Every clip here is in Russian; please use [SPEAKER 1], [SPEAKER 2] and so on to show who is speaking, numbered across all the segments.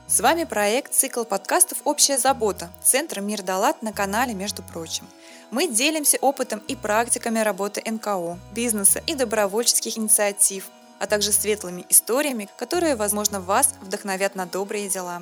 [SPEAKER 1] С вами проект «Цикл подкастов «Общая забота» Центра «Мир Далат» на канале «Между прочим». Мы делимся опытом и практиками работы НКО, бизнеса и добровольческих инициатив, а также светлыми историями, которые, возможно, вас вдохновят на добрые дела.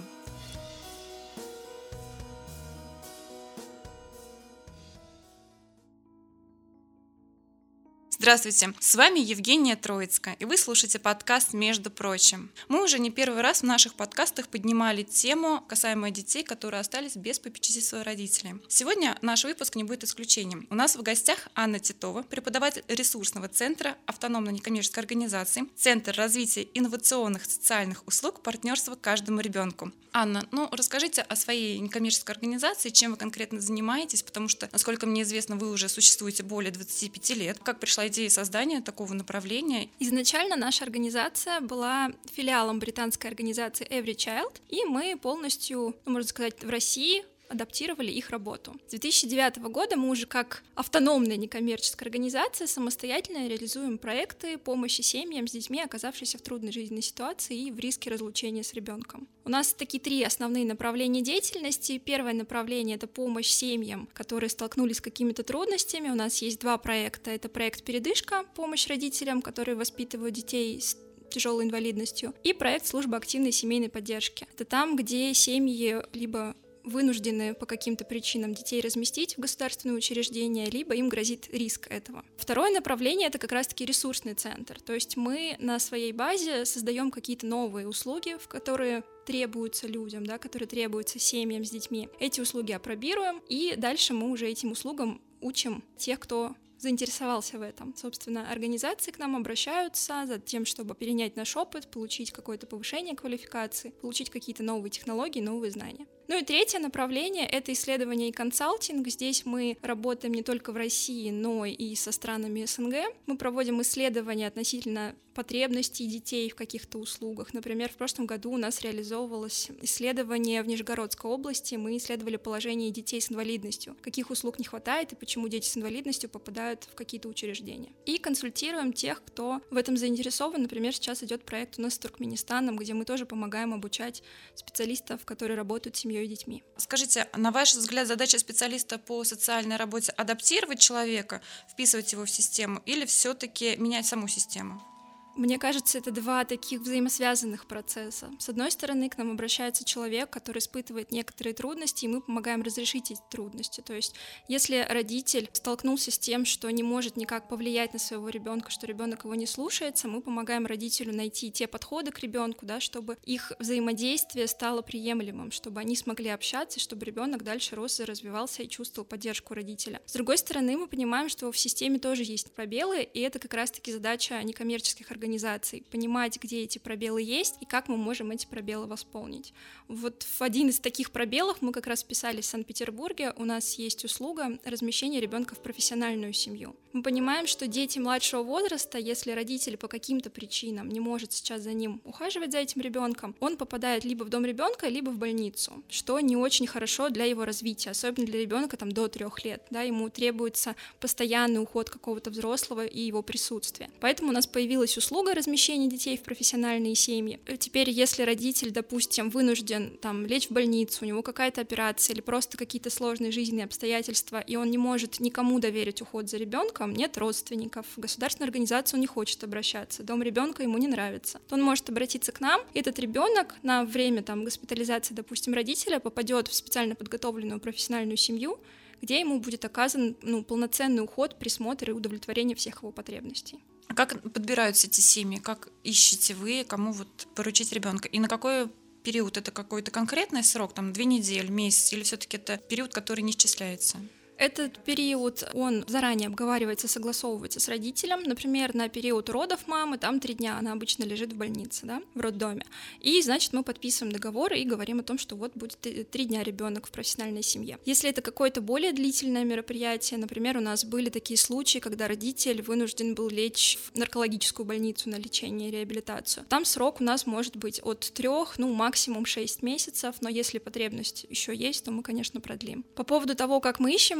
[SPEAKER 1] Здравствуйте, с вами Евгения Троицкая, и вы слушаете подкаст «Между прочим». Мы уже не первый раз в наших подкастах поднимали тему, касаемую детей, которые остались без попечительства родителей. Сегодня наш выпуск не будет исключением. У нас в гостях Анна Титова, преподаватель ресурсного центра автономной некоммерческой организации «Центр развития инновационных социальных услуг. Партнерство каждому ребенку». Анна, расскажите о своей некоммерческой организации, чем вы конкретно занимаетесь, потому что, насколько мне известно, вы уже существуете более 25 лет. Как пришла идея создания такого направления?
[SPEAKER 2] Изначально наша организация была филиалом британской организации Every Child, и мы полностью, можно сказать, в России адаптировали их работу. С 2009 года мы уже как автономная некоммерческая организация самостоятельно реализуем проекты помощи семьям с детьми, оказавшимися в трудной жизненной ситуации и в риске разлучения с ребенком. У нас такие три основные направления деятельности. Первое направление — это помощь семьям, которые столкнулись с какими-то трудностями. У нас есть два проекта. Это проект «Передышка», помощь родителям, которые воспитывают детей с тяжелой инвалидностью, и проект «Служба активной семейной поддержки». Это там, где семьи либо вынуждены по каким-то причинам детей разместить в государственные учреждения, либо им грозит риск этого. Второе направление — это как раз-таки ресурсный центр, то есть мы на своей базе создаем какие-то новые услуги, в которые требуются людям, которые требуются семьям с детьми. Эти услуги апробируем, и дальше мы уже этим услугам учим тех, кто заинтересовался в этом. Собственно, организации к нам обращаются за тем, чтобы перенять наш опыт, получить какое-то повышение квалификации, получить какие-то новые технологии, новые знания. И третье направление — это исследование и консалтинг. Здесь мы работаем не только в России, но и со странами СНГ. Мы проводим исследования относительно потребностей детей в каких-то услугах. Например, в прошлом году у нас реализовывалось исследование в Нижегородской области. Мы исследовали положение детей с инвалидностью, каких услуг не хватает и почему дети с инвалидностью попадают в какие-то учреждения. И консультируем тех, кто в этом заинтересован. Например, сейчас идет проект у нас с Туркменистаном, где мы тоже помогаем обучать специалистов, которые работают с семьей и детьми.
[SPEAKER 1] Скажите, на ваш взгляд, задача специалиста по социальной работе — адаптировать человека, вписывать его в систему, или все-таки менять саму систему?
[SPEAKER 2] Мне кажется, это два таких взаимосвязанных процесса. С одной стороны, к нам обращается человек, который испытывает некоторые трудности, и мы помогаем разрешить эти трудности. То есть, если родитель столкнулся с тем, что не может никак повлиять на своего ребенка, что ребенок его не слушается, мы помогаем родителю найти те подходы к ребенку, чтобы их взаимодействие стало приемлемым, чтобы они смогли общаться, чтобы ребенок дальше рос и развивался и чувствовал поддержку родителя. С другой стороны, мы понимаем, что в системе тоже есть пробелы, и это как раз-таки задача некоммерческих организаций, понимать, где эти пробелы есть и как мы можем эти пробелы восполнить. Вот в один из таких пробелов мы как раз вписались в Санкт-Петербурге. У нас есть услуга размещения ребенка в профессиональную семью. Мы понимаем, что дети младшего возраста, если родитель по каким-то причинам не может сейчас за ним ухаживать, за этим ребенком, он попадает либо в дом ребенка, либо в больницу, что не очень хорошо для его развития, особенно для ребенка 3 лет. Ему требуется постоянный уход какого-то взрослого и его присутствие. Поэтому у нас появилась услуга размещения детей в профессиональные семьи. Теперь, если родитель, допустим, вынужден лечь в больницу, у него какая-то операция или просто какие-то сложные жизненные обстоятельства, и он не может никому доверить уход за ребенком, нет родственников, в государственную организацию он не хочет обращаться, дом ребенка ему не нравится, то он может обратиться к нам, и этот ребенок на время госпитализации, допустим, родителя попадет в специально подготовленную профессиональную семью, где ему будет оказан полноценный уход, присмотр и удовлетворение всех его потребностей.
[SPEAKER 1] А как подбираются эти семьи? Как ищете вы, кому поручить ребенка? И на какой период? Это какой-то конкретный срок, 2 недели, месяц, или все-таки это период, который не исчисляется?
[SPEAKER 2] Этот период, он заранее обговаривается, согласовывается с родителем. Например, на период родов мамы, 3 дня она обычно лежит в больнице, в роддоме. И, значит, мы подписываем договор и говорим о том, что будет 3 дня ребенок в профессиональной семье. Если это какое-то более длительное мероприятие, например, у нас были такие случаи, когда родитель вынужден был лечь в наркологическую больницу на лечение и реабилитацию. Там срок у нас может быть от 3, максимум 6 месяцев, но если потребность еще есть, то мы, конечно, продлим. По поводу того, как мы ищем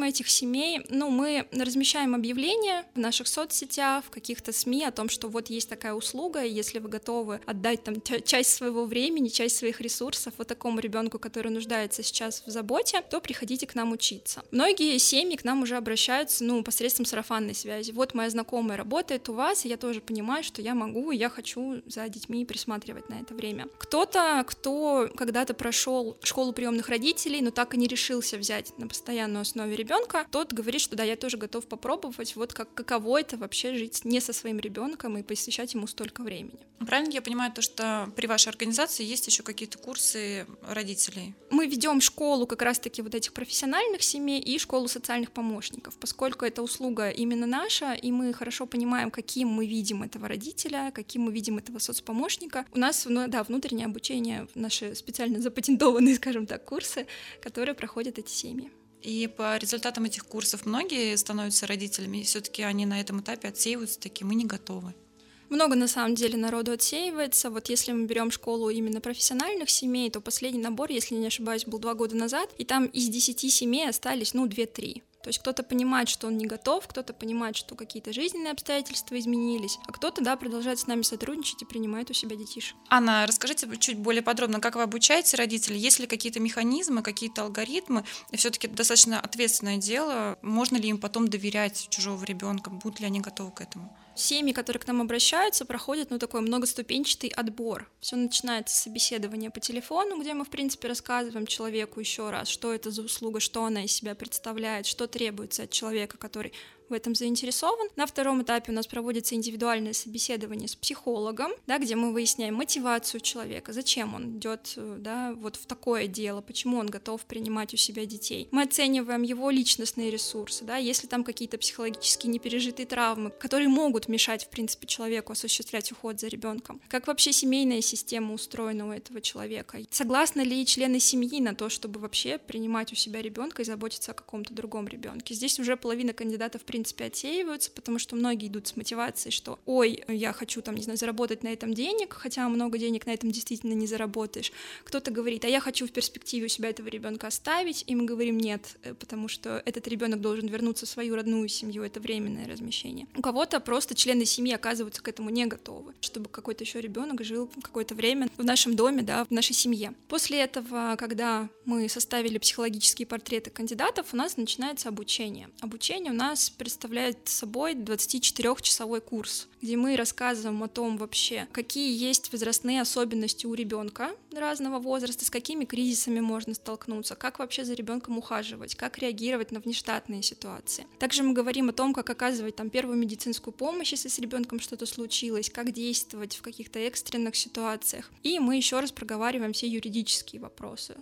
[SPEAKER 2] касаемо этих семей, мы размещаем объявления в наших соцсетях, в каких-то СМИ о том, что вот есть такая услуга, и если вы готовы отдать там часть своего времени, часть своих ресурсов вот такому ребенку, который нуждается сейчас в заботе, то приходите к нам учиться. Многие семьи к нам уже обращаются, посредством сарафанной связи. Вот моя знакомая работает у вас, и я тоже понимаю, что я могу, и я хочу за детьми присматривать на это время. Кто-то, кто когда-то прошел школу приемных родителей, но так и не решился взять на постоянной основе ребенка, тот говорит, что да, я тоже готов попробовать, вот каково это вообще жить не со своим ребенком и посвящать ему столько времени.
[SPEAKER 1] Правильно я понимаю то, что при вашей организации есть еще какие-то курсы родителей?
[SPEAKER 2] Мы ведем школу как раз-таки вот этих профессиональных семей и школу социальных помощников, поскольку эта услуга именно наша, и мы хорошо понимаем, каким мы видим этого родителя, каким мы видим этого соцпомощника. У нас, внутреннее обучение, наши специально запатентованные, скажем так, курсы, которые проходят эти семьи.
[SPEAKER 1] И по результатам этих курсов многие становятся родителями, и все-таки они на этом этапе отсеиваются, такие, мы не готовы.
[SPEAKER 2] Много, на самом деле, народу отсеивается. Вот если мы берем школу именно профессиональных семей, то последний набор, если не ошибаюсь, был 2 года назад, и там из 10 семей остались, 2-3. То есть кто-то понимает, что он не готов, кто-то понимает, что какие-то жизненные обстоятельства изменились, а кто-то, продолжает с нами сотрудничать и принимает у себя детишек.
[SPEAKER 1] Анна, расскажите чуть более подробно, как вы обучаете родителей, есть ли какие-то механизмы, какие-то алгоритмы, и все-таки достаточно ответственное дело, можно ли им потом доверять чужого ребенка, будут ли они готовы к этому?
[SPEAKER 2] Семьи, которые к нам обращаются, проходят такой многоступенчатый отбор. Все начинается с собеседования по телефону, где мы, в принципе, рассказываем человеку еще раз, что это за услуга, что она из себя представляет, что требуется от человека, который в этом заинтересован. На втором этапе у нас проводится индивидуальное собеседование с психологом, где мы выясняем мотивацию человека, зачем он идет вот в такое дело, почему он готов принимать у себя детей. Мы оцениваем его личностные ресурсы, если там какие-то психологически непережитые травмы, которые могут мешать, в принципе, человеку осуществлять уход за ребенком. Как вообще семейная система устроена у этого человека? Согласны ли члены семьи на то, чтобы вообще принимать у себя ребенка и заботиться о каком-то другом ребенке? Здесь уже половина кандидатов в принципе отсеиваются, потому что многие идут с мотивацией, что я хочу заработать на этом денег, хотя много денег на этом действительно не заработаешь. Кто-то говорит, я хочу в перспективе у себя этого ребенка оставить, и мы говорим нет, потому что этот ребенок должен вернуться в свою родную семью, это временное размещение. У кого-то просто члены семьи оказываются к этому не готовы, чтобы какой-то еще ребенок жил какое-то время в нашем доме, в нашей семье. После этого, когда мы составили психологические портреты кандидатов, у нас начинается обучение. Обучение у нас представляет собой 24-часовой курс, где мы рассказываем о том вообще, какие есть возрастные особенности у ребенка разного возраста, с какими кризисами можно столкнуться, как вообще за ребенком ухаживать, как реагировать на внештатные ситуации. Также мы говорим о том, как оказывать первую медицинскую помощь, если с ребенком что-то случилось, как действовать в каких-то экстренных ситуациях. И мы еще раз проговариваем все юридические вопросы.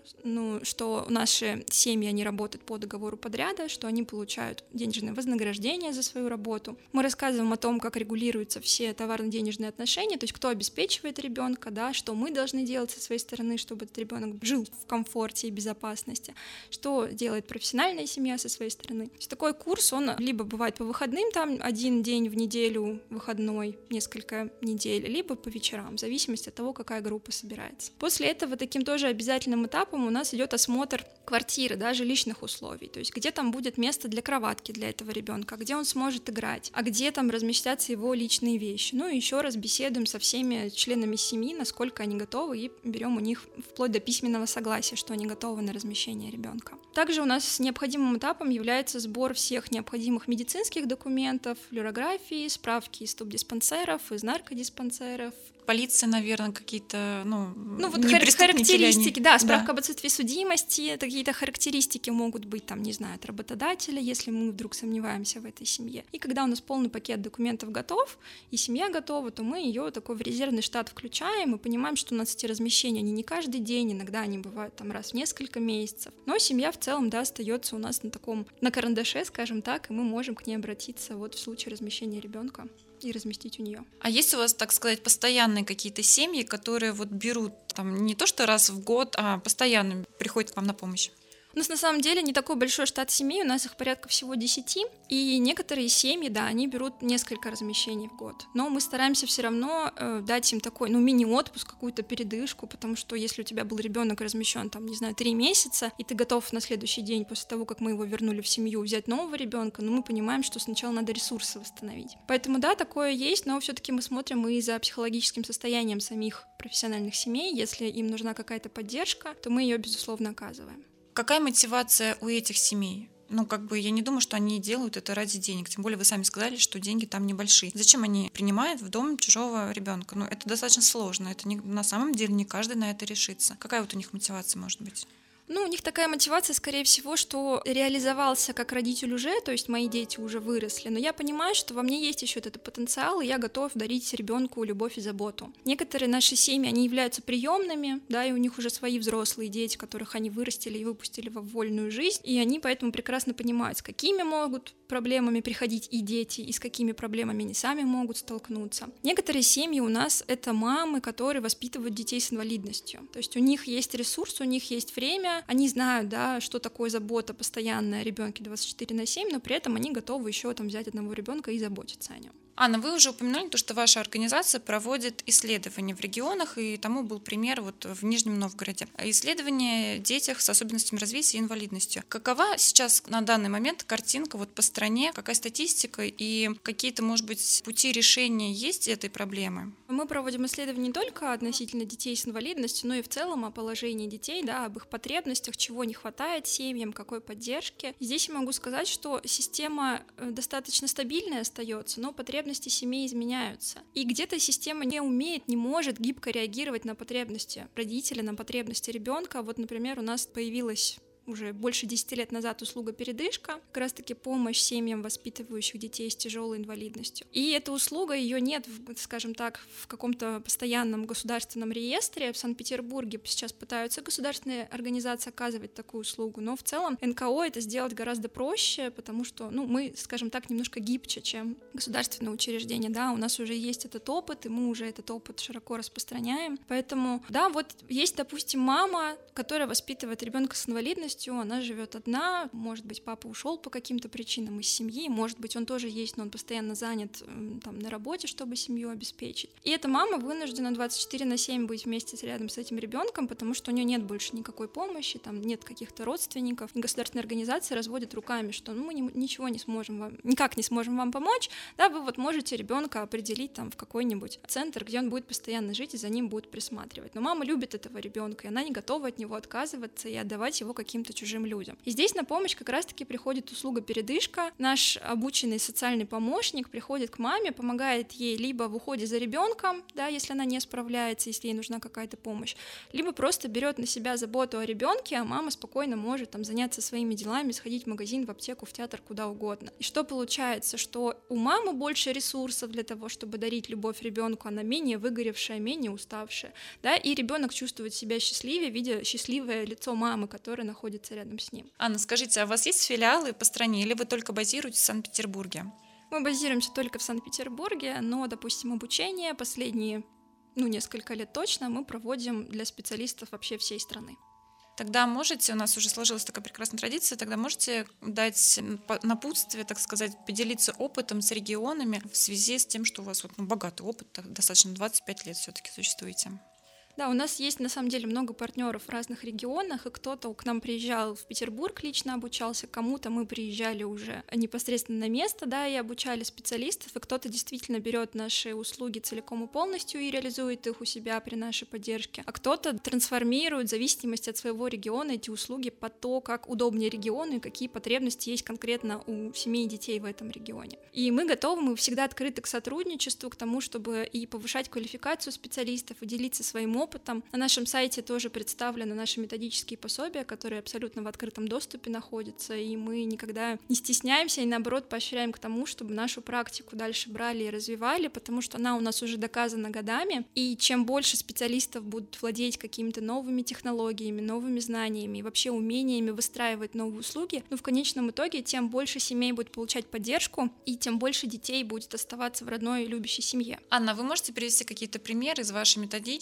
[SPEAKER 2] Что наши семьи, они работают по договору подряда, что они получают денежное вознаграждение за свою работу. Мы рассказываем о том, как регулируются все товарно-денежные отношения, то есть кто обеспечивает ребенка, что мы должны делать со своей стороны, чтобы этот ребенок жил в комфорте и безопасности, что делает профессиональная семья со своей стороны. То есть такой курс, он либо бывает по выходным, 1 день в неделю выходной, несколько недель, либо по вечерам, в зависимости от того, какая группа собирается. После этого таким тоже обязательным этапом у нас идет осмотр квартиры, жилищных условий, то есть где там будет место для кроватки для этого ребенка, где он сможет играть, а где там разместятся его личные вещи. И еще раз беседуем со всеми членами семьи, насколько они готовы, и берем у них вплоть до письменного согласия, что они готовы на размещение ребенка. Также у нас необходимым этапом является сбор всех необходимых медицинских документов, флюорографии, справки из тубдиспансеров, из наркодиспансеров.
[SPEAKER 1] Полиция, наверное, какие-то,
[SPEAKER 2] характеристики, справка об отсутствии судимости, какие-то характеристики могут быть, от работодателя, если мы вдруг сомневаемся в этой семье. И когда у нас полный пакет документов готов, и семья готова, то мы ее такой в резервный штат включаем и понимаем, что у нас эти размещения, они не каждый день, иногда они бывают раз в несколько месяцев. Но семья в целом, остается у нас на карандаше, скажем так, и мы можем к ней обратиться в случае размещения ребенка и разместить у нее.
[SPEAKER 1] А есть у вас, так сказать, постоянные какие-то семьи, которые берут не то что раз в год, а постоянно приходят к вам на помощь?
[SPEAKER 2] У нас на самом деле не такой большой штат семей, у нас их порядка всего 10, и некоторые семьи, да, они берут несколько размещений в год, но мы стараемся все равно дать им такой, мини-отпуск, какую-то передышку, потому что если у тебя был ребенок размещен, 3 месяца, и ты готов на следующий день после того, как мы его вернули в семью, взять нового ребенка, но мы понимаем, что сначала надо ресурсы восстановить. Поэтому да, такое есть, но все-таки мы смотрим и за психологическим состоянием самих профессиональных семей. Если им нужна какая-то поддержка, то мы ее, безусловно, оказываем.
[SPEAKER 1] Какая мотивация у этих семей? Я не думаю, что они делают это ради денег. Тем более вы сами сказали, что деньги там небольшие. Зачем они принимают в дом чужого ребенка? Это достаточно сложно. На самом деле не каждый на это решится. Какая у них мотивация может быть?
[SPEAKER 2] У них такая мотивация, скорее всего, что реализовался как родитель уже, то есть мои дети уже выросли, но я понимаю, что во мне есть еще этот потенциал, и я готов дарить ребенку любовь и заботу. Некоторые наши семьи, они являются приемными, да, и у них уже свои взрослые дети, которых они вырастили и выпустили во вольную жизнь, и они поэтому прекрасно понимают, с какими могут проблемами приходить и дети, и с какими проблемами они сами могут столкнуться. Некоторые семьи у нас — это мамы, которые воспитывают детей с инвалидностью, то есть у них есть ресурс, у них есть время, они знают, да, что такое забота постоянная о ребенке 24/7, но при этом они готовы еще взять одного ребенка и заботиться о нем.
[SPEAKER 1] Анна, вы уже упомянули то, что ваша организация проводит исследования в регионах, и тому был пример в Нижнем Новгороде. Исследования о детях с особенностями развития и инвалидностью. Какова сейчас на данный момент картинка по стране, какая статистика и какие-то, может быть, пути решения есть этой проблемы?
[SPEAKER 2] Мы проводим исследования не только относительно детей с инвалидностью, но и в целом о положении детей, да, об их потребностях, чего не хватает семьям, какой поддержки. Здесь я могу сказать, что система достаточно стабильная остается, но потребности семей изменяются. И где-то система не умеет, не может гибко реагировать на потребности родителя, на потребности ребенка. Например, у нас появилась уже больше 10 лет назад услуга «Передышка», как раз-таки помощь семьям, воспитывающих детей с тяжелой инвалидностью. И эта услуга, ее нет, скажем так, в каком-то постоянном государственном реестре. В Санкт-Петербурге сейчас пытаются государственные организации оказывать такую услугу, но в целом НКО это сделать гораздо проще, потому что, мы, скажем так, немножко гибче, чем государственные учреждения. Да, у нас уже есть этот опыт, и мы уже этот опыт широко распространяем. Поэтому, да, есть, допустим, мама, которая воспитывает ребенка с инвалидностью, она живет одна, может быть, папа ушел по каким-то причинам из семьи, может быть, он тоже есть, но он постоянно занят на работе, чтобы семью обеспечить. И эта мама вынуждена 24/7 быть вместе рядом с этим ребенком, потому что у нее нет больше никакой помощи, нет каких-то родственников. И государственные организации разводят руками, что мы никак не сможем вам помочь, да, вы можете ребенка определить в какой-нибудь центр, где он будет постоянно жить и за ним будут присматривать. Но мама любит этого ребенка, и она не готова от него отказываться и отдавать его каким-то чужим людям. И здесь на помощь как раз-таки приходит услуга «Передышка». Наш обученный социальный помощник приходит к маме, помогает ей либо в уходе за ребенком, да, если она не справляется, если ей нужна какая-то помощь, либо просто берет на себя заботу о ребенке, а мама спокойно может заняться своими делами, сходить в магазин, в аптеку, в театр, куда угодно. И что получается? Что у мамы больше ресурсов для того, чтобы дарить любовь ребенку, она менее выгоревшая, менее уставшая, да, и ребенок чувствует себя счастливее, видя счастливое лицо мамы, которая находится рядом с ним.
[SPEAKER 1] Анна, скажите, а у вас есть филиалы по стране или вы только базируетесь в Санкт-Петербурге?
[SPEAKER 2] Мы базируемся только в Санкт-Петербурге, но, допустим, обучение последние, несколько лет точно мы проводим для специалистов вообще всей страны.
[SPEAKER 1] Тогда можете, у нас уже сложилась такая прекрасная традиция, тогда можете дать напутствие, так сказать, поделиться опытом с регионами в связи с тем, что у вас богатый опыт, достаточно 25 лет все-таки существуете.
[SPEAKER 2] Да, у нас есть на самом деле много партнеров в разных регионах, и кто-то к нам приезжал в Петербург, лично обучался, кому-то мы приезжали уже непосредственно на место, да, и обучали специалистов, и кто-то действительно берет наши услуги целиком и полностью и реализует их у себя при нашей поддержке, а кто-то трансформирует в зависимости от своего региона эти услуги под то, как удобнее региону и какие потребности есть конкретно у семей и детей в этом регионе. И мы всегда открыты к сотрудничеству, к тому, чтобы и повышать квалификацию специалистов, и делиться своим опытом. На нашем сайте тоже представлены наши методические пособия, которые абсолютно в открытом доступе находятся, и мы никогда не стесняемся и, наоборот, поощряем к тому, чтобы нашу практику дальше брали и развивали, потому что она у нас уже доказана годами, и чем больше специалистов будут владеть какими-то новыми технологиями, новыми знаниями и вообще умениями выстраивать новые услуги, в конечном итоге тем больше семей будет получать поддержку, и тем больше детей будет оставаться в родной любящей семье.
[SPEAKER 1] Анна, вы можете привести какие-то примеры из вашей методички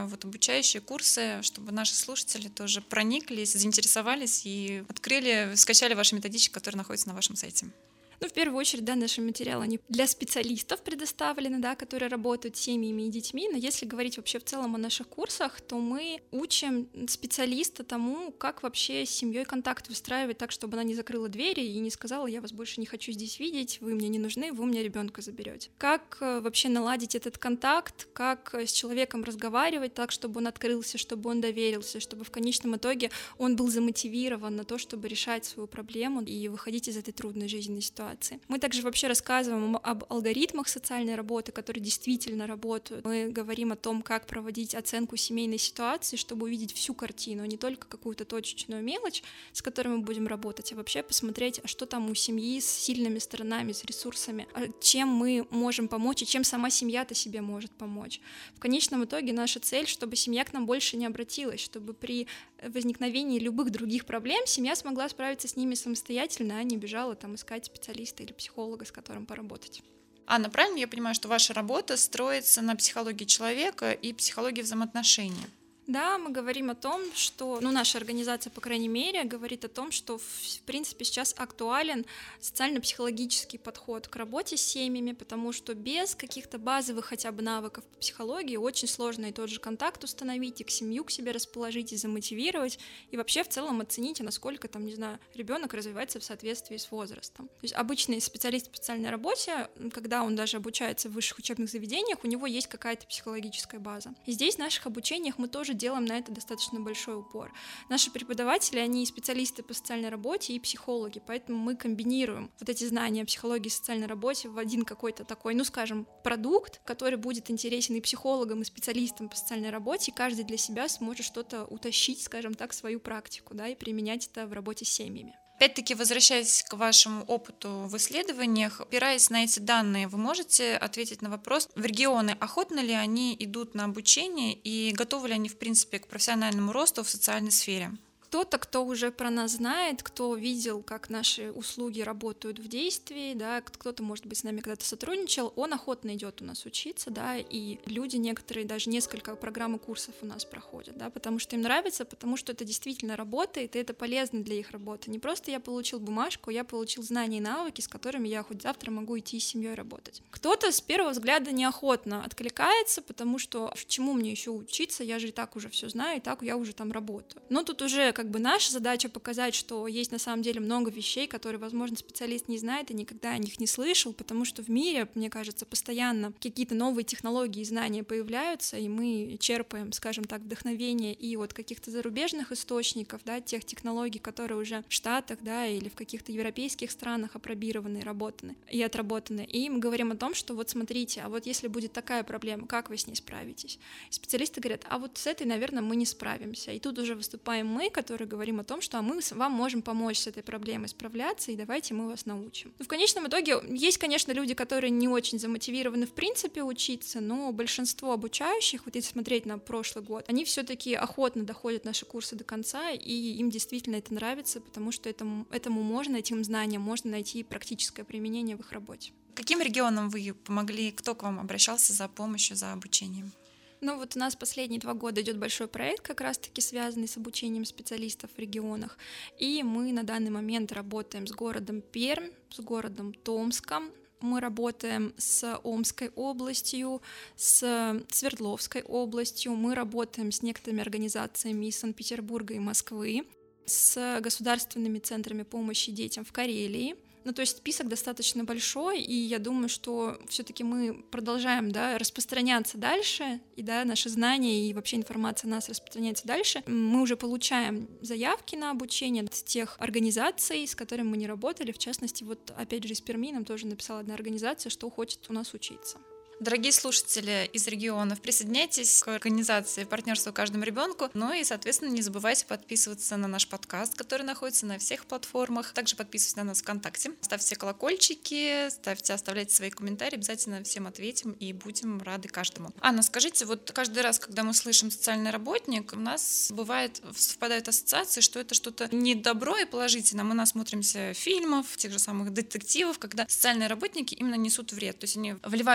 [SPEAKER 1] вот обучающие курсы, чтобы наши слушатели тоже прониклись, заинтересовались и открыли, скачали ваши методички, которые находятся на вашем сайте?
[SPEAKER 2] В первую очередь, да, наши материалы, они для специалистов предоставлены, да, которые работают с семьями и детьми, но если говорить вообще в целом о наших курсах, то мы учим специалиста тому, как вообще с семьей контакт выстраивать так, чтобы она не закрыла двери и не сказала: я вас больше не хочу здесь видеть, вы мне не нужны, вы у меня ребенка заберете. Как вообще наладить этот контакт, как с человеком разговаривать так, чтобы он открылся, чтобы он доверился, чтобы в конечном итоге он был замотивирован на то, чтобы решать свою проблему и выходить из этой трудной жизненной ситуации. Мы также вообще рассказываем об алгоритмах социальной работы, которые действительно работают. Мы говорим о том, как проводить оценку семейной ситуации, чтобы увидеть всю картину, а не только какую-то точечную мелочь, с которой мы будем работать, а вообще посмотреть, а что там у семьи с сильными сторонами, с ресурсами, чем мы можем помочь и чем сама семья-то себе может помочь. В конечном итоге наша цель, чтобы семья к нам больше не обратилась, чтобы при возникновении любых других проблем семья смогла справиться с ними самостоятельно, а не бежала там искать специалиста или психолога, с которым поработать.
[SPEAKER 1] Анна, правильно я понимаю, что ваша работа строится на психологии человека и психологии взаимоотношений?
[SPEAKER 2] Да, мы говорим о том, что, наша организация, по крайней мере, говорит о том, что, в принципе, сейчас актуален социально-психологический подход к работе с семьями, потому что без каких-то базовых хотя бы навыков по психологии очень сложно и тот же контакт установить, и к семью к себе расположить, и замотивировать, и вообще в целом оценить, насколько там, ребенок развивается в соответствии с возрастом. То есть обычный специалист в специальной работе, когда он даже обучается в высших учебных заведениях, у него есть какая-то психологическая база. И здесь в наших обучениях мы тоже делаем на это достаточно большой упор. Наши преподаватели, они специалисты по социальной работе и психологи, поэтому мы комбинируем вот эти знания о психологии и социальной работе в один какой-то такой, продукт, который будет интересен и психологам, и специалистам по социальной работе, и каждый для себя сможет что-то утащить, скажем так, в свою практику, да, и применять это в работе с семьями.
[SPEAKER 1] Опять-таки, возвращаясь к вашему опыту в исследованиях, опираясь на эти данные, вы можете ответить на вопрос, в регионы охотно ли они идут на обучение и готовы ли они, в принципе, к профессиональному росту в социальной сфере?
[SPEAKER 2] Кто-то, кто уже про нас знает, кто видел, как наши услуги работают в действии, да, кто-то, может быть, с нами когда-то сотрудничал, он охотно идет у нас учиться, да, и люди некоторые даже несколько программ и курсов у нас проходят, да, потому что им нравится, потому что это действительно работает, и это полезно для их работы. Не просто я получил бумажку, я получил знания и навыки, с которыми я хоть завтра могу идти с семьей работать. Кто-то с первого взгляда неохотно откликается, потому что чему мне еще учиться, я же и так уже все знаю, и так я уже там работаю. Но тут уже наша задача показать, что есть на самом деле много вещей, которые, возможно, специалист не знает и никогда о них не слышал, потому что в мире, мне кажется, постоянно какие-то новые технологии и знания появляются, и мы черпаем, скажем так, вдохновение и от каких-то зарубежных источников, да, тех технологий, которые уже в Штатах, да, или в каких-то европейских странах апробированы, работаны и отработаны. И мы говорим о том, что вот смотрите, а вот если будет такая проблема, как вы с ней справитесь? И специалисты говорят, а вот с этой, наверное, мы не справимся. И тут уже выступаем мы, которые говорим о том, что мы вам можем помочь с этой проблемой справляться, и давайте мы вас научим. В конечном итоге есть, конечно, люди, которые не очень замотивированы в принципе учиться, но большинство обучающих, вот если смотреть на прошлый год, они все-таки охотно доходят наши курсы до конца, и им действительно это нравится, потому что этому можно, этим знаниям можно найти практическое применение в их работе.
[SPEAKER 1] Каким регионам вы помогли, кто к вам обращался за помощью, за обучением?
[SPEAKER 2] Вот у нас последние 2 года идет большой проект, как раз-таки связанный с обучением специалистов в регионах, и мы на данный момент работаем с городом Пермь, с городом Томском, мы работаем с Омской областью, с Свердловской областью, мы работаем с некоторыми организациями из Санкт-Петербурга и Москвы, с государственными центрами помощи детям в Карелии. То есть список достаточно большой, и я думаю, что все-таки мы продолжаем, да, распространяться дальше, и да, наши знания и вообще информация о нас распространяется дальше. Мы уже получаем заявки на обучение от тех организаций, с которыми мы не работали. В частности, вот опять же из Перми нам тоже написала одна организация, что хочет у нас учиться.
[SPEAKER 1] Дорогие слушатели из регионов, присоединяйтесь к организации «Партнерство каждому ребенку». И, соответственно, не забывайте подписываться на наш подкаст, который находится на всех платформах. Также подписывайтесь на нас ВКонтакте. Ставьте колокольчики, оставляйте свои комментарии. Обязательно всем ответим и будем рады каждому. Анна, скажите, вот каждый раз, когда мы слышим «социальный работник», у нас совпадают ассоциации, что это что-то не добро и положительно. Мы насмотримся фильмов, тех же самых детективов, когда социальные работники именно несут вред. То есть они вливаются в доверие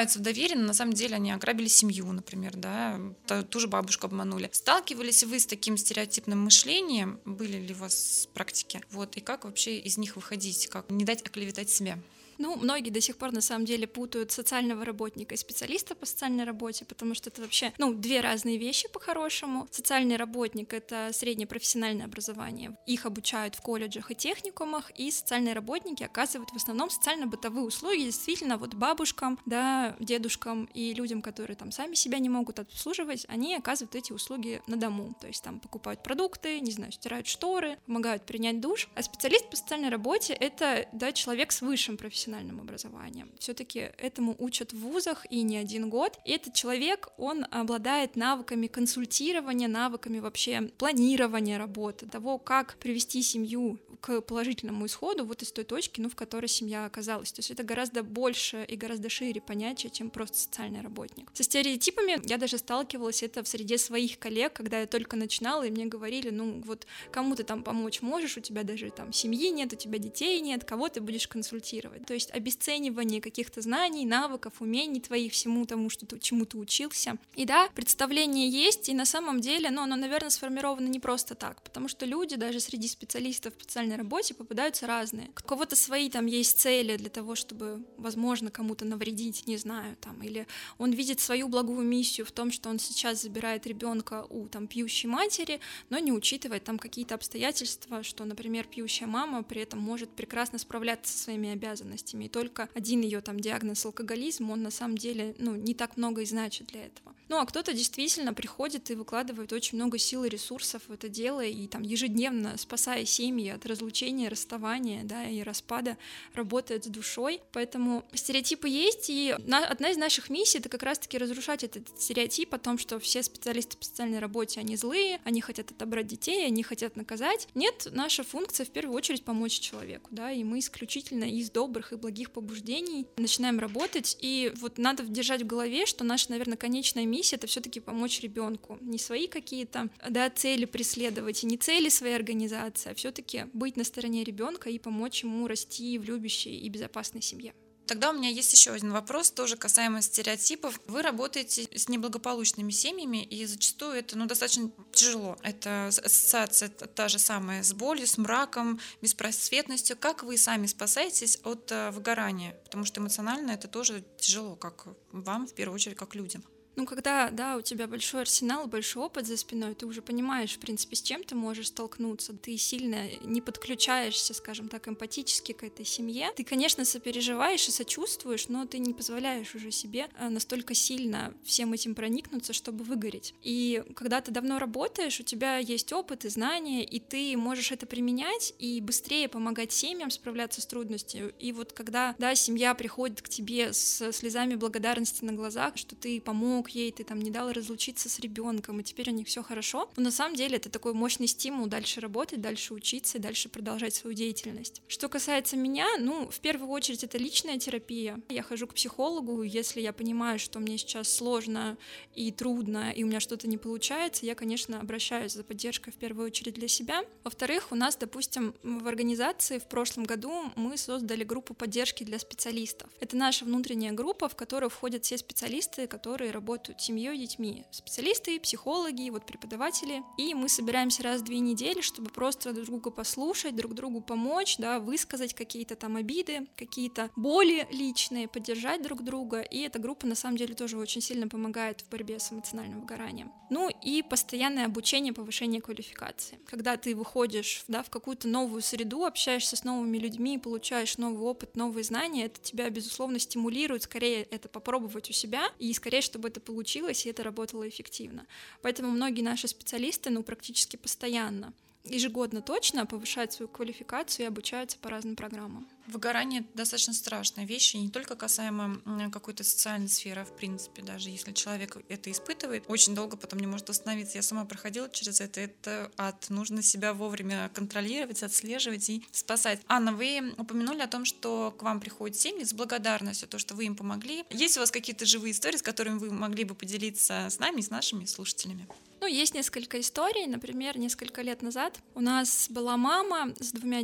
[SPEAKER 1] намеренно, на самом деле, они ограбили семью, например, да, ту же бабушку обманули. Сталкивались вы с таким стереотипным мышлением? Были ли у вас практики? Вот, и как вообще из них выходить? Как не дать оклеветать себя?
[SPEAKER 2] Ну, многие до сих пор на самом деле путают социального работника и специалиста по социальной работе, потому что это вообще, две разные вещи по-хорошему. Социальный работник — это среднее профессиональное образование. Их обучают в колледжах и техникумах, и социальные работники оказывают в основном социально-бытовые услуги действительно вот бабушкам, да, дедушкам и людям, которые там сами себя не могут обслуживать, они оказывают эти услуги на дому. То есть там покупают продукты, не знаю, стирают шторы, помогают принять душ. А специалист по социальной работе — это, да, человек с высшим профессиональным образованием. Все-таки этому учат в вузах и не один год. И этот человек, он обладает навыками консультирования, навыками вообще планирования работы, того, как привести семью к положительному исходу вот из той точки, в которой семья оказалась. То есть это гораздо больше и гораздо шире понятие, чем просто социальный работник. Со стереотипами я даже сталкивалась это в среде своих коллег, когда я только начинала, и мне говорили, вот кому ты там помочь можешь, у тебя даже там семьи нет, у тебя детей нет, кого ты будешь консультировать. То есть обесценивание каких-то знаний, навыков, умений твоих, всему тому, чему ты учился. И да, представление есть, и на самом деле, оно, наверное, сформировано не просто так, потому что люди даже среди специалистов по социальной работе попадаются разные. У кого-то свои там есть цели для того, чтобы, возможно, кому-то навредить, не знаю, там, или он видит свою благую миссию в том, что он сейчас забирает ребенка у там пьющей матери, но не учитывает там какие-то обстоятельства, что, например, пьющая мама при этом может прекрасно справляться со своими обязанностями, и только один ее там диагноз алкоголизм, он на самом деле, не так много и значит для этого. А кто-то действительно приходит и выкладывает очень много сил и ресурсов в это дело, и там ежедневно, спасая семьи от разлучения, расставания, да, и распада, работает с душой. Поэтому стереотипы есть, и одна из наших миссий — это как раз-таки разрушать этот стереотип о том, что все специалисты по социальной работе, они злые, они хотят отобрать детей, они хотят наказать. Нет, наша функция в первую очередь помочь человеку, да, и мы исключительно из добрых и благих побуждений начинаем работать, и вот надо держать в голове, что наша, наверное, конечная миссия — это все-таки помочь ребенку, не свои какие-то, да, цели преследовать, и не цели своей организации, а все-таки быть на стороне ребенка и помочь ему расти в любящей и безопасной семье.
[SPEAKER 1] Тогда у меня есть еще один вопрос, тоже касаемо стереотипов. Вы работаете с неблагополучными семьями, и зачастую это достаточно тяжело. Это ассоциация та же самая с болью, с мраком, беспросветностью. Как вы сами спасаетесь от выгорания? Потому что эмоционально это тоже тяжело, как вам, в первую очередь, как людям.
[SPEAKER 2] Когда, да, у тебя большой арсенал, большой опыт за спиной, ты уже понимаешь, в принципе, с чем ты можешь столкнуться. Ты сильно не подключаешься, скажем так, эмпатически к этой семье. Ты, конечно, сопереживаешь и сочувствуешь, но ты не позволяешь уже себе настолько сильно всем этим проникнуться, чтобы выгореть. И когда ты давно работаешь, у тебя есть опыт и знания, и ты можешь это применять и быстрее помогать семьям справляться с трудностью. И вот когда, да, семья приходит к тебе с слезами благодарности на глазах, что ты помог ей, ты там не дал разлучиться с ребенком, и теперь у них все хорошо. Но на самом деле это такой мощный стимул дальше работать, дальше учиться и дальше продолжать свою деятельность. Что касается меня, в первую очередь это личная терапия. Я хожу к психологу, если я понимаю, что мне сейчас сложно и трудно, и у меня что-то не получается, я, конечно, обращаюсь за поддержкой в первую очередь для себя. Во-вторых, у нас, допустим, в организации в прошлом году мы создали группу поддержки для специалистов. Это наша внутренняя группа, в которую входят все специалисты, которые работают с семьей и детьми. Специалисты, психологи, преподаватели. И мы собираемся раз в 2 недели, чтобы просто друг друга послушать, друг другу помочь, да, высказать какие-то там обиды, какие-то боли личные, поддержать друг друга. И эта группа, на самом деле, тоже очень сильно помогает в борьбе с эмоциональным выгоранием. И постоянное обучение, повышение квалификации. Когда ты выходишь, да, в какую-то новую среду, общаешься с новыми людьми, получаешь новый опыт, новые знания, это тебя, безусловно, стимулирует скорее это попробовать у себя, и скорее, чтобы это получилось, и это работало эффективно. Поэтому многие наши специалисты, практически постоянно, ежегодно точно повышают свою квалификацию и обучаются по разным программам.
[SPEAKER 1] Выгорание — достаточно страшная вещь, и не только касаемо какой-то социальной сферы, а в принципе, даже если человек это испытывает, очень долго потом не может восстановиться. Я сама проходила через это ад. Нужно себя вовремя контролировать, отслеживать и спасать. Анна, вы упомянули о том, что к вам приходят семьи с благодарностью, то, что вы им помогли. Есть у вас какие-то живые истории, с которыми вы могли бы поделиться с нами и с нашими слушателями?
[SPEAKER 2] Ну, есть несколько историй. Например, несколько лет назад у нас была мама с 3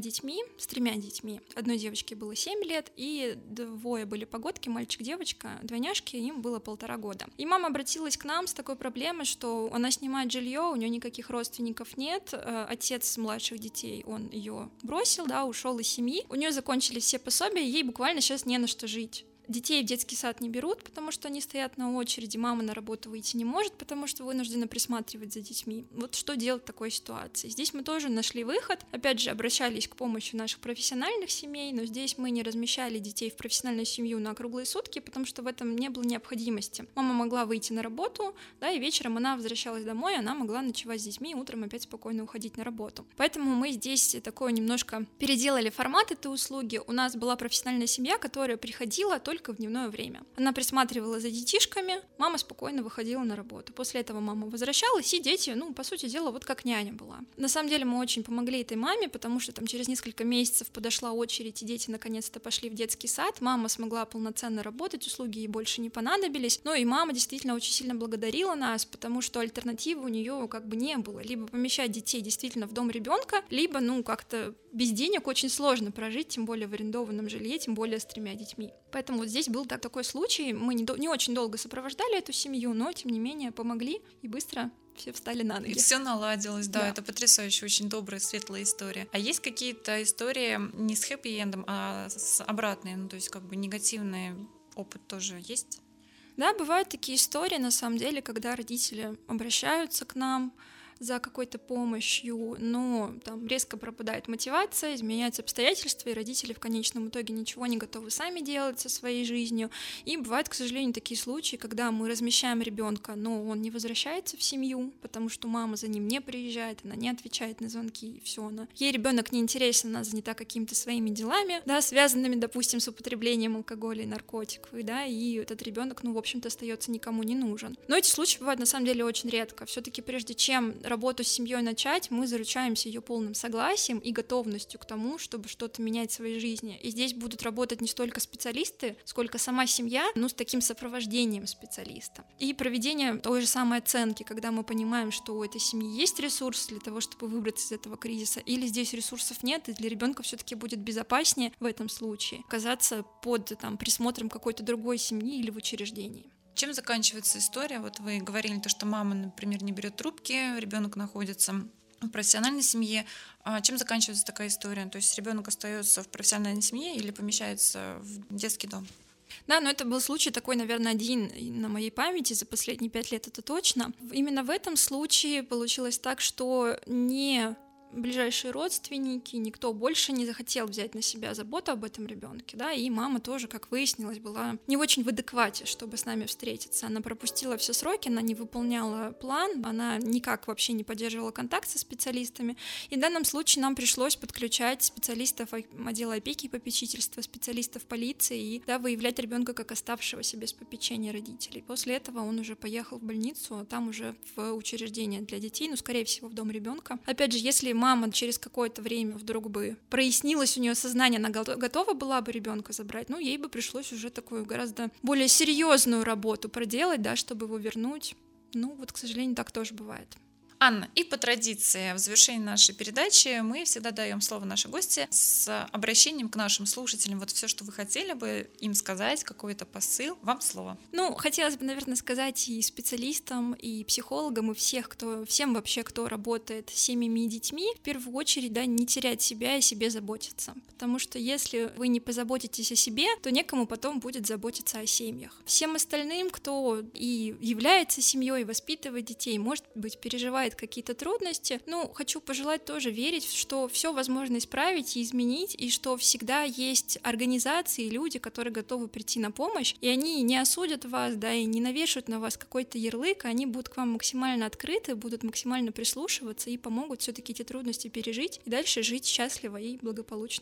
[SPEAKER 2] детьми. Одной девочке было 7 лет, и 2 были погодки, мальчик-девочка, двойняшки, им было 1,5 года. И мама обратилась к нам с такой проблемой, что она снимает жилье, у нее никаких родственников нет, отец младших детей, он ее бросил, да, ушел из семьи, у нее закончились все пособия, ей буквально сейчас не на что жить. Детей в детский сад не берут, потому что они стоят на очереди, мама на работу выйти не может, потому что вынуждена присматривать за детьми. Вот что делать в такой ситуации? Здесь мы тоже нашли выход, опять же, обращались к помощи наших профессиональных семей, но здесь мы не размещали детей в профессиональную семью на круглые сутки, потому что в этом не было необходимости. Мама могла выйти на работу, да, и вечером она возвращалась домой, она могла ночевать с детьми и утром опять спокойно уходить на работу. Поэтому мы здесь такое немножко переделали формат этой услуги. У нас была профессиональная семья, которая приходила только в дневное время. Она присматривала за детишками, мама спокойно выходила на работу. После этого мама возвращалась, и дети, по сути дела, вот как няня была. На самом деле мы очень помогли этой маме, потому что там через несколько месяцев подошла очередь, и дети наконец-то пошли в детский сад, мама смогла полноценно работать, услуги ей больше не понадобились, и мама действительно очень сильно благодарила нас, потому что альтернативы у нее как бы не было. Либо помещать детей действительно в дом ребенка, либо, как-то без денег очень сложно прожить, тем более в арендованном жилье, тем более с 3 детьми. Поэтому вот здесь был такой случай, мы не очень долго сопровождали эту семью, но тем не менее помогли и быстро все встали на ноги.
[SPEAKER 1] И все наладилось, да, это потрясающе, очень добрая, светлая история. А есть какие-то истории не с хэппи-эндом, а с обратной, то есть как бы негативный опыт тоже есть?
[SPEAKER 2] Да, бывают такие истории, на самом деле, когда родители обращаются к нам за какой-то помощью, но там резко пропадает мотивация, изменяются обстоятельства, и родители в конечном итоге ничего не готовы сами делать со своей жизнью. И бывают, к сожалению, такие случаи, когда мы размещаем ребенка, но он не возвращается в семью, потому что мама за ним не приезжает, она не отвечает на звонки, и все, ей ребенок не интересен, она занята какими-то своими делами, да, связанными, допустим, с употреблением алкоголя и наркотиков, да, и этот ребенок, в общем-то, остается никому не нужен. Но эти случаи бывают на самом деле очень редко. Все-таки прежде чем работу с семьей начать, мы заручаемся ее полным согласием и готовностью к тому, чтобы что-то менять в своей жизни. И здесь будут работать не столько специалисты, сколько сама семья, с таким сопровождением специалиста. И проведение той же самой оценки, когда мы понимаем, что у этой семьи есть ресурсы для того, чтобы выбраться из этого кризиса, или здесь ресурсов нет, и для ребенка все-таки будет безопаснее в этом случае оказаться под присмотром какой-то другой семьи или в учреждении.
[SPEAKER 1] Чем заканчивается история? Вот вы говорили, что мама, например, не берет трубки, ребенок находится в профессиональной семье. Чем заканчивается такая история? То есть ребенок остается в профессиональной семье или помещается в детский дом?
[SPEAKER 2] Да, но это был случай такой, наверное, один на моей памяти за последние 5 лет, это точно. Именно в этом случае получилось так, что не ближайшие родственники, никто больше не захотел взять на себя заботу об этом ребенке, да, и мама тоже, как выяснилось, была не очень в адеквате, чтобы с нами встретиться. Она пропустила все сроки, она не выполняла план, она никак вообще не поддерживала контакт со специалистами, и в данном случае нам пришлось подключать специалистов отдела опеки и попечительства, специалистов полиции и, да, выявлять ребенка как оставшегося без попечения родителей. После этого он уже поехал в больницу, а там уже в учреждение для детей, скорее всего, в дом ребенка. Опять же, если мама через какое-то время вдруг бы прояснилось у нее сознание, она готова была бы ребенка забрать, ей бы пришлось уже такую гораздо более серьезную работу проделать, да, чтобы его вернуть. К сожалению, так тоже бывает.
[SPEAKER 1] Анна, и по традиции в завершении нашей передачи мы всегда даем слово нашей гости с обращением к нашим слушателям. Вот все, что вы хотели бы им сказать, какой-то посыл, вам слово.
[SPEAKER 2] Хотелось бы, наверное, сказать и специалистам, и психологам, и всем вообще, кто работает с семьями и детьми, в первую очередь, да, не терять себя и себе заботиться. Потому что если вы не позаботитесь о себе, то некому потом будет заботиться о семьях. Всем остальным, кто и является семьей, и воспитывает детей, может быть, переживает какие-то трудности, хочу пожелать тоже верить, что все возможно исправить и изменить, и что всегда есть организации, люди, которые готовы прийти на помощь, и они не осудят вас, да, и не навешают на вас какой-то ярлык, они будут к вам максимально открыты, будут максимально прислушиваться и помогут все-таки эти трудности пережить и дальше жить счастливо и благополучно.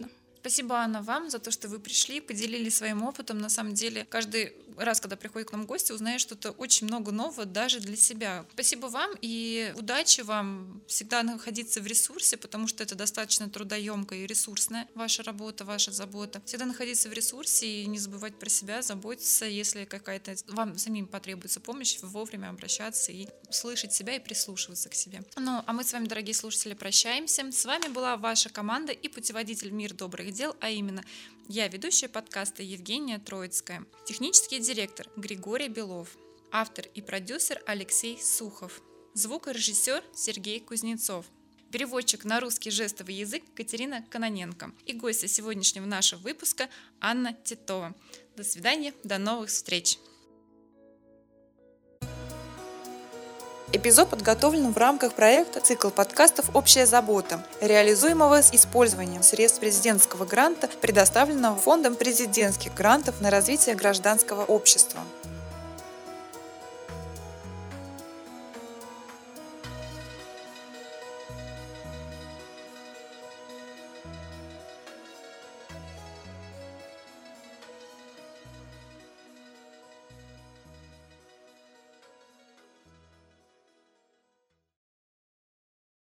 [SPEAKER 1] Спасибо, Анна, вам за то, что вы пришли, поделились своим опытом. На самом деле, каждый раз, когда приходит к нам гости, узнаешь что-то очень много нового даже для себя. Спасибо вам и удачи вам всегда находиться в ресурсе, потому что это достаточно трудоемкая и ресурсная ваша работа, ваша забота. Всегда находиться в ресурсе и не забывать про себя, заботиться, если какая-то вам самим потребуется помощь, вовремя обращаться и слышать себя и прислушиваться к себе. Ну, а мы с вами, дорогие слушатели, прощаемся. С вами была ваша команда и путеводитель в мир добрых дел, а именно я, ведущая подкаста Евгения Троицкая, технический директор Григорий Белов, автор и продюсер Алексей Сухов, звукорежиссер Сергей Кузнецов, переводчик на русский жестовый язык Катерина Кононенко и гостья сегодняшнего нашего выпуска Анна Титова. До свидания, до новых встреч! Эпизод подготовлен в рамках проекта «Цикл подкастов «Общая забота», реализуемого с использованием средств президентского гранта, предоставленного Фондом президентских грантов на развитие гражданского общества.